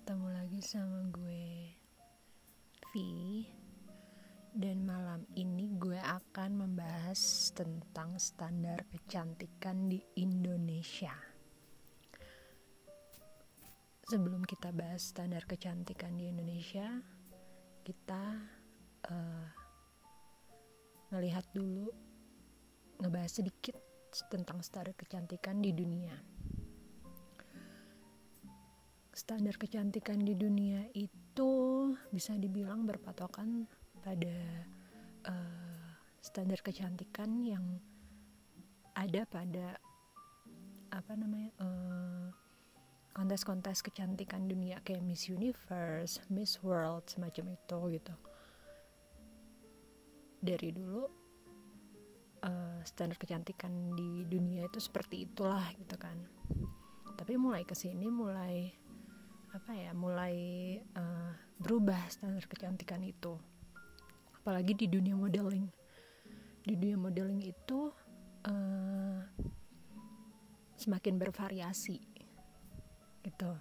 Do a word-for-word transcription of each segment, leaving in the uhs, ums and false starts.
ketemu lagi sama gue V. Dan malam ini gue akan membahas tentang standar kecantikan di Indonesia. Sebelum kita bahas standar kecantikan di Indonesia, kita uh, ngelihat dulu, ngebahas sedikit tentang standar kecantikan di dunia. Standar kecantikan di dunia itu bisa dibilang berpatokan pada uh, standar kecantikan yang ada pada apa namanya uh, kontes-kontes kecantikan dunia kayak Miss Universe, Miss World, semacam itu gitu. Dari dulu uh, standar kecantikan di dunia itu seperti itulah gitu kan. Tapi mulai kesini mulai apa ya mulai uh, berubah standar kecantikan itu, apalagi di dunia modeling. Di dunia modeling itu uh, semakin bervariasi gitu.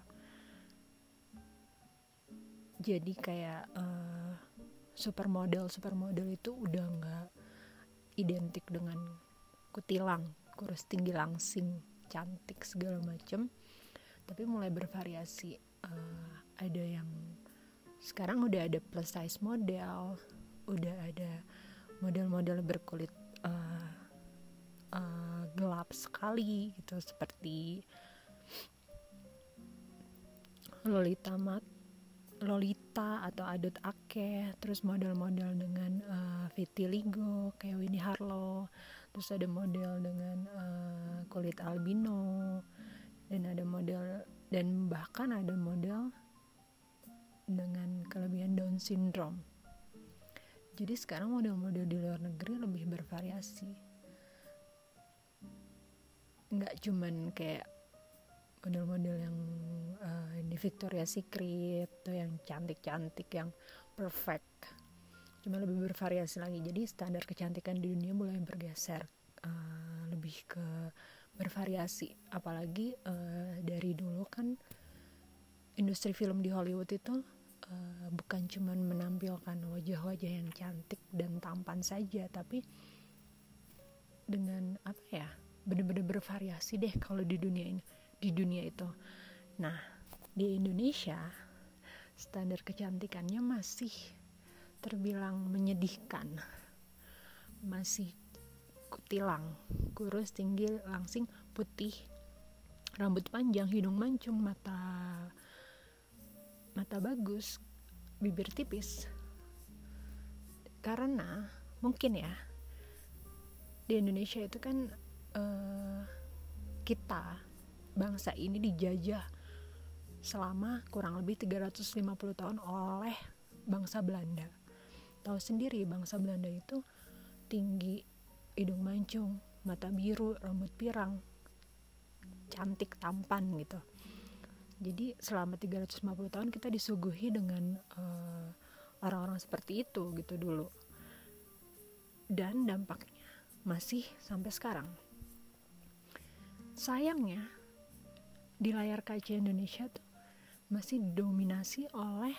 Jadi kayak uh, supermodel supermodel itu udah nggak identik dengan kutilang, kurus, tinggi, langsing, cantik segala macem, tapi mulai bervariasi. Uh, ada yang sekarang udah ada plus size model, udah ada model-model berkulit uh, uh, gelap sekali gitu, seperti Lolita Mat, Lolita atau Adut Akeh, terus model-model dengan uh, vitiligo kayak Winnie Harlow, terus ada model dengan uh, kulit albino, dan ada model dan bahkan ada model dengan kelebihan Down syndrome. Jadi sekarang model-model di luar negeri lebih bervariasi. Nggak cuman kayak model-model yang uh, di Victoria's Secret atau yang cantik-cantik, yang perfect. Cuma lebih bervariasi lagi. Jadi standar kecantikan di dunia mulai bergeser uh, lebih ke bervariasi. Apalagi uh, dari dulu kan industri film di Hollywood itu uh, bukan cuma menampilkan wajah-wajah yang cantik dan tampan saja, tapi dengan apa ya, benar-benar bervariasi deh kalau di dunia ini, di dunia itu. Nah, di Indonesia standar kecantikannya masih terbilang menyedihkan, masih kutilang, kurus, tinggi, langsing, putih, rambut panjang, hidung mancung, mata mata bagus, bibir tipis. Karena mungkin ya di Indonesia itu kan uh, kita bangsa ini dijajah selama kurang lebih tiga ratus lima puluh tahun oleh bangsa Belanda. Tahu sendiri bangsa Belanda itu tinggi, hidung mancung, mata biru, rambut pirang, cantik, tampan gitu. Jadi selama tiga ratus lima puluh tahun kita disuguhi dengan uh, orang-orang seperti itu gitu dulu. Dan dampaknya masih sampai sekarang. Sayangnya di layar kaca Indonesia tuh masih didominasi oleh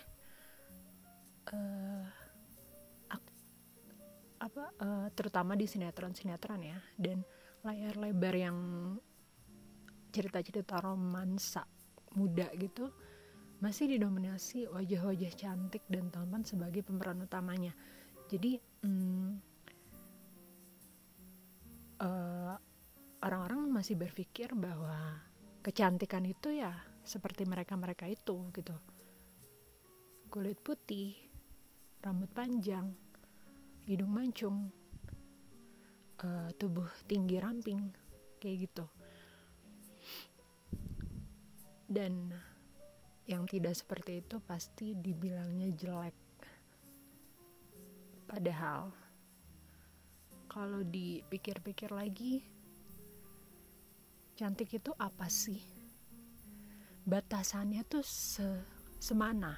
uh, apa uh, terutama di sinetron-sinetron ya, dan layar lebar yang cerita-cerita romansa muda gitu masih didominasi wajah-wajah cantik dan tampan sebagai pemeran utamanya. Jadi hmm, uh, orang-orang masih berpikir bahwa kecantikan itu ya seperti mereka-mereka itu gitu, kulit putih, rambut panjang, hidung mancung, uh, tubuh tinggi ramping, kayak gitu. Dan yang tidak seperti itu pasti dibilangnya jelek. Padahal kalau dipikir-pikir lagi, cantik itu apa sih? Batasannya tuh se- semana?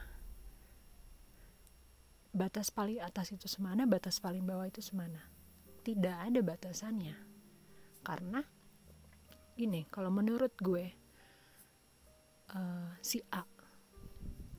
Batas paling atas itu semana, batas paling bawah itu semana? Tidak ada batasannya. Karena gini, kalau menurut gue, uh, si A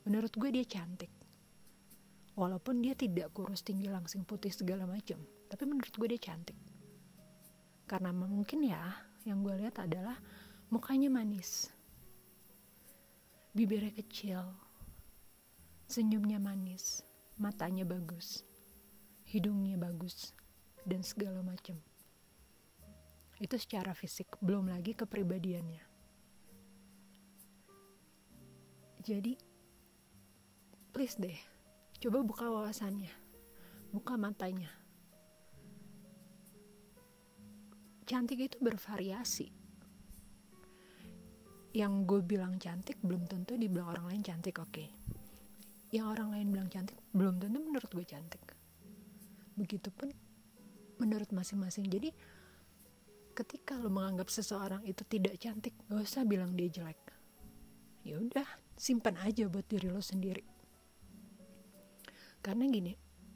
menurut gue dia cantik, walaupun dia tidak kurus tinggi langsing putih segala macam, tapi menurut gue dia cantik. Karena mungkin ya yang gue lihat adalah mukanya manis, bibirnya kecil, senyumnya manis, matanya bagus, hidungnya bagus, dan segala macam. Itu secara fisik, belum lagi kepribadiannya. Jadi please deh, coba buka wawasannya, buka matanya. Cantik itu bervariasi. Yang gue bilang cantik belum tentu dibilang orang lain cantik, oke okay. Yang orang lain bilang cantik belum tentu menurut gue cantik. Begitupun menurut masing-masing. Jadi ketika lo menganggap seseorang itu tidak cantik, gak usah bilang dia jelek. Ya udah, simpan aja buat diri lo sendiri. Karena gini,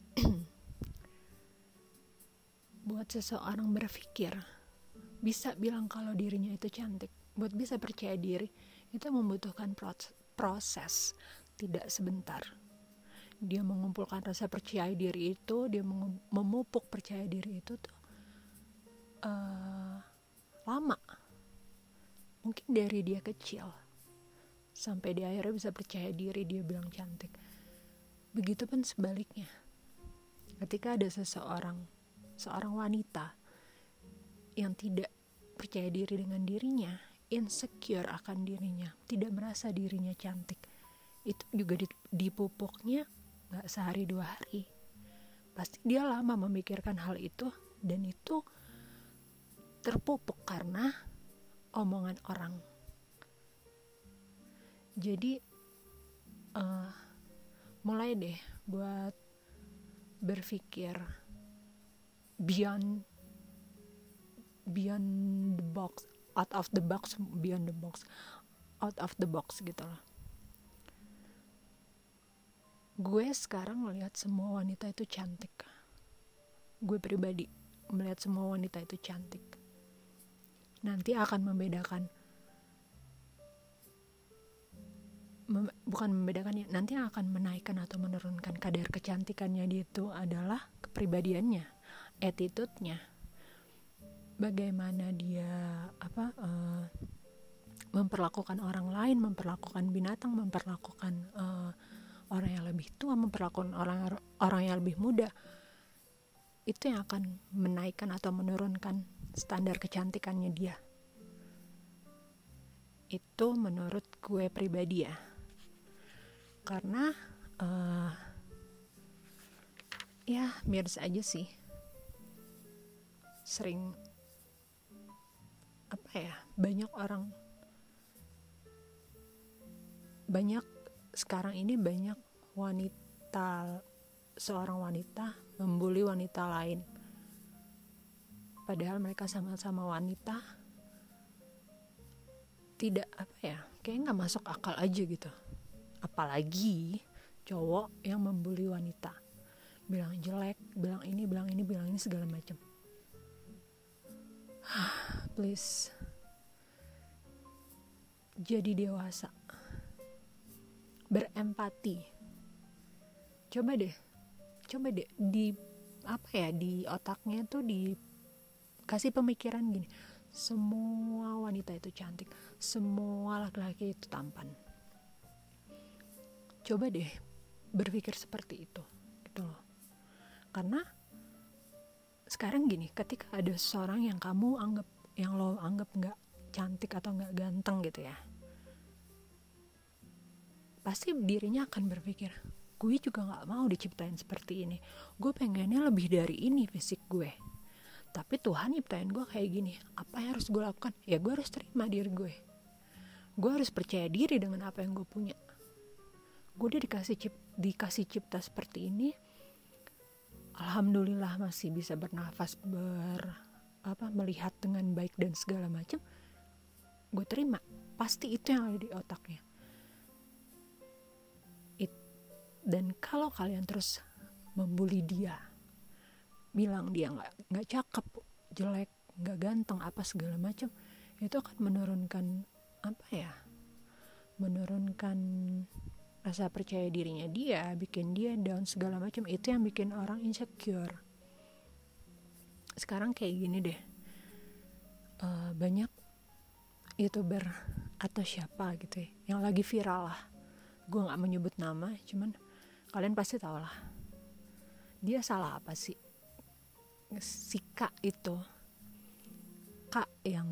buat seseorang berpikir bisa bilang kalau dirinya itu cantik, buat bisa percaya diri, itu membutuhkan proses, tidak sebentar. Dia mengumpulkan rasa percaya diri itu, dia memupuk percaya diri itu tuh uh, lama. Mungkin dari dia kecil sampai dia akhirnya bisa percaya diri, dia bilang cantik. Begitupun sebaliknya, ketika ada seseorang, seorang wanita yang tidak percaya diri dengan dirinya, insecure akan dirinya, tidak merasa dirinya cantik, itu juga dipupuknya gak sehari dua hari. Pasti dia lama memikirkan hal itu, dan itu terpupuk karena omongan orang. Jadi uh, mulai deh buat berpikir beyond beyond the box, out of the box, beyond the box, out of the box gitu loh. Gue sekarang melihat semua wanita itu cantik. Gue pribadi melihat semua wanita itu cantik. Nanti akan membedakan, mem- bukan membedakan ya, nanti akan menaikkan atau menurunkan kadar kecantikannya dia itu adalah kepribadiannya, attitude-nya, bagaimana dia apa uh, memperlakukan orang lain, memperlakukan binatang, memperlakukan uh, orang yang lebih tua, memperlakukan orang orang yang lebih muda. Itu yang akan menaikkan atau menurunkan standar kecantikannya dia. Itu menurut gue pribadi ya. Karena uh, ya biasa aja sih, sering apa ya, banyak orang, banyak sekarang ini banyak wanita, seorang wanita membuli wanita lain, padahal mereka sama-sama wanita. Tidak apa ya, kayak nggak masuk akal aja gitu. Apalagi cowok yang membuli wanita, bilang jelek, bilang ini, bilang ini, bilang ini segala macam. Please, jadi dewasa, berempati. Coba deh, coba deh di apa ya, di otaknya tuh dikasih pemikiran gini: semua wanita itu cantik, semua laki-laki itu tampan. Coba deh berpikir seperti itu, gitu loh. Karena sekarang gini, ketika ada seseorang yang kamu anggap, yang lo anggap nggak cantik atau nggak ganteng gitu ya, pasti dirinya akan berpikir, gue juga nggak mau diciptain seperti ini, gue pengennya lebih dari ini fisik gue, tapi Tuhan nyiptain gue kayak gini, apa yang harus gue lakukan? Ya gue harus terima diri gue, gue harus percaya diri dengan apa yang gue punya. Gue udah dikasih cip, dikasih cipta seperti ini, alhamdulillah masih bisa bernafas, ber apa melihat dengan baik dan segala macam. Gue terima, pasti itu yang ada di otaknya. It, dan kalau kalian terus membuli dia, bilang dia nggak nggak cakep, jelek, nggak ganteng, apa segala macam, itu akan menurunkan apa ya, menurunkan rasa percaya dirinya dia, bikin dia down segala macam. Itu yang bikin orang insecure. Sekarang kayak gini deh, uh, banyak YouTuber atau siapa gitu ya, yang lagi viral lah. Gue nggak menyebut nama, cuman kalian pasti tahu lah. Dia salah apa sih? Si Kak itu, Kak yang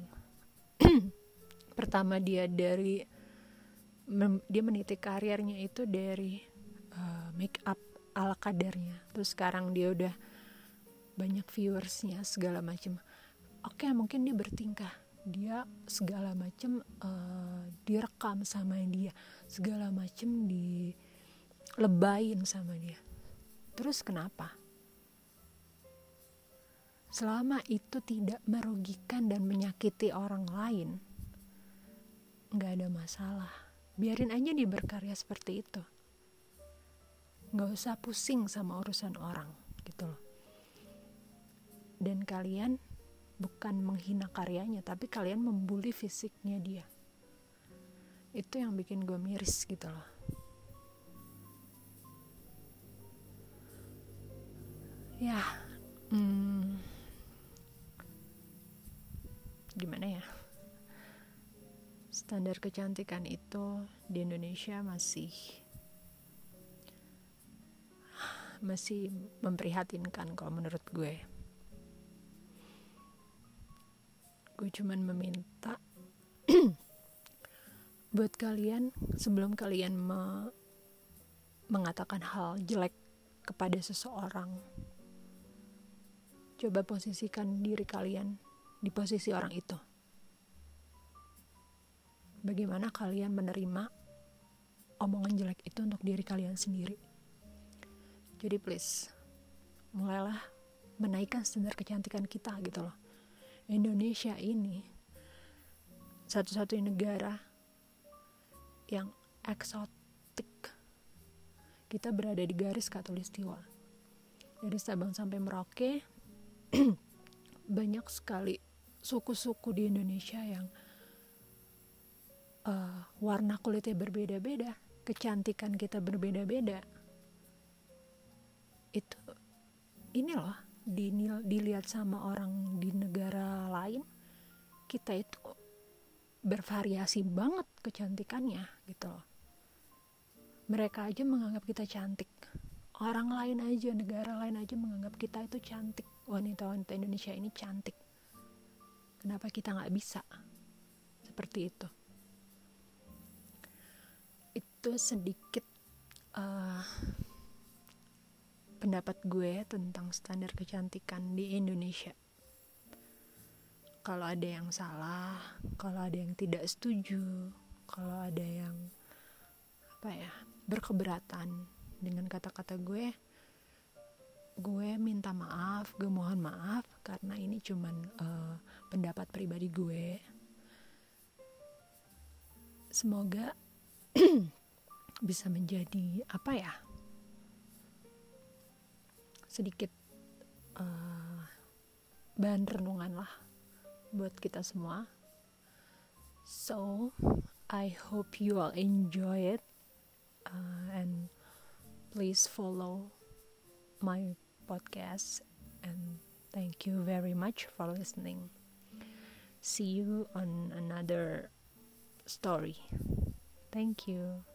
pertama dia dari mem, dia meniti karirnya itu dari uh, make up ala kadarnya. Terus sekarang dia udah banyak viewersnya segala macam. Oke, mungkin dia bertingkah, dia segala macam uh, direkam sama dia, segala macam dilebayin sama dia. Terus kenapa? Selama itu tidak merugikan dan menyakiti orang lain, gak ada masalah. Biarin aja dia berkarya seperti itu. Gak usah pusing sama urusan orang gitu loh. Dan kalian bukan menghina karyanya, tapi kalian membuli fisiknya dia. Itu yang bikin gue miris gitu loh. Ya, hmm, gimana ya? Standar kecantikan itu di Indonesia masih masih memprihatinkan kalau menurut gue. Gue cuman meminta buat kalian, sebelum kalian me- mengatakan hal jelek kepada seseorang, coba posisikan diri kalian di posisi orang itu. Bagaimana kalian menerima omongan jelek itu untuk diri kalian sendiri. Jadi please, mulailah menaikkan standar kecantikan kita gitu loh. Indonesia ini satu-satunya negara yang eksotik. Kita berada di garis khatulistiwa. Dari Sabang sampai Merauke banyak sekali suku-suku di Indonesia yang Uh, warna kulitnya berbeda-beda, kecantikan kita berbeda-beda. Itu ini loh, dinil, dilihat sama orang di negara lain, kita itu bervariasi banget kecantikannya gitu loh. Mereka aja menganggap kita cantik. Orang lain aja, negara lain aja menganggap kita itu cantik. Wanita-wanita Indonesia ini cantik. Kenapa kita gak bisa seperti itu? Itu sedikit uh, pendapat gue tentang standar kecantikan di Indonesia. Kalau ada yang salah, kalau ada yang tidak setuju, kalau ada yang apa ya, berkeberatan dengan kata-kata gue, gue minta maaf, gue mohon maaf, karena ini cuman uh, pendapat pribadi gue. Semoga bisa menjadi apa ya, sedikit uh, bahan renungan lah buat kita semua. So I hope you all enjoy it, uh, and please follow my podcast, and thank you very much for listening. See you on another story. Thank you.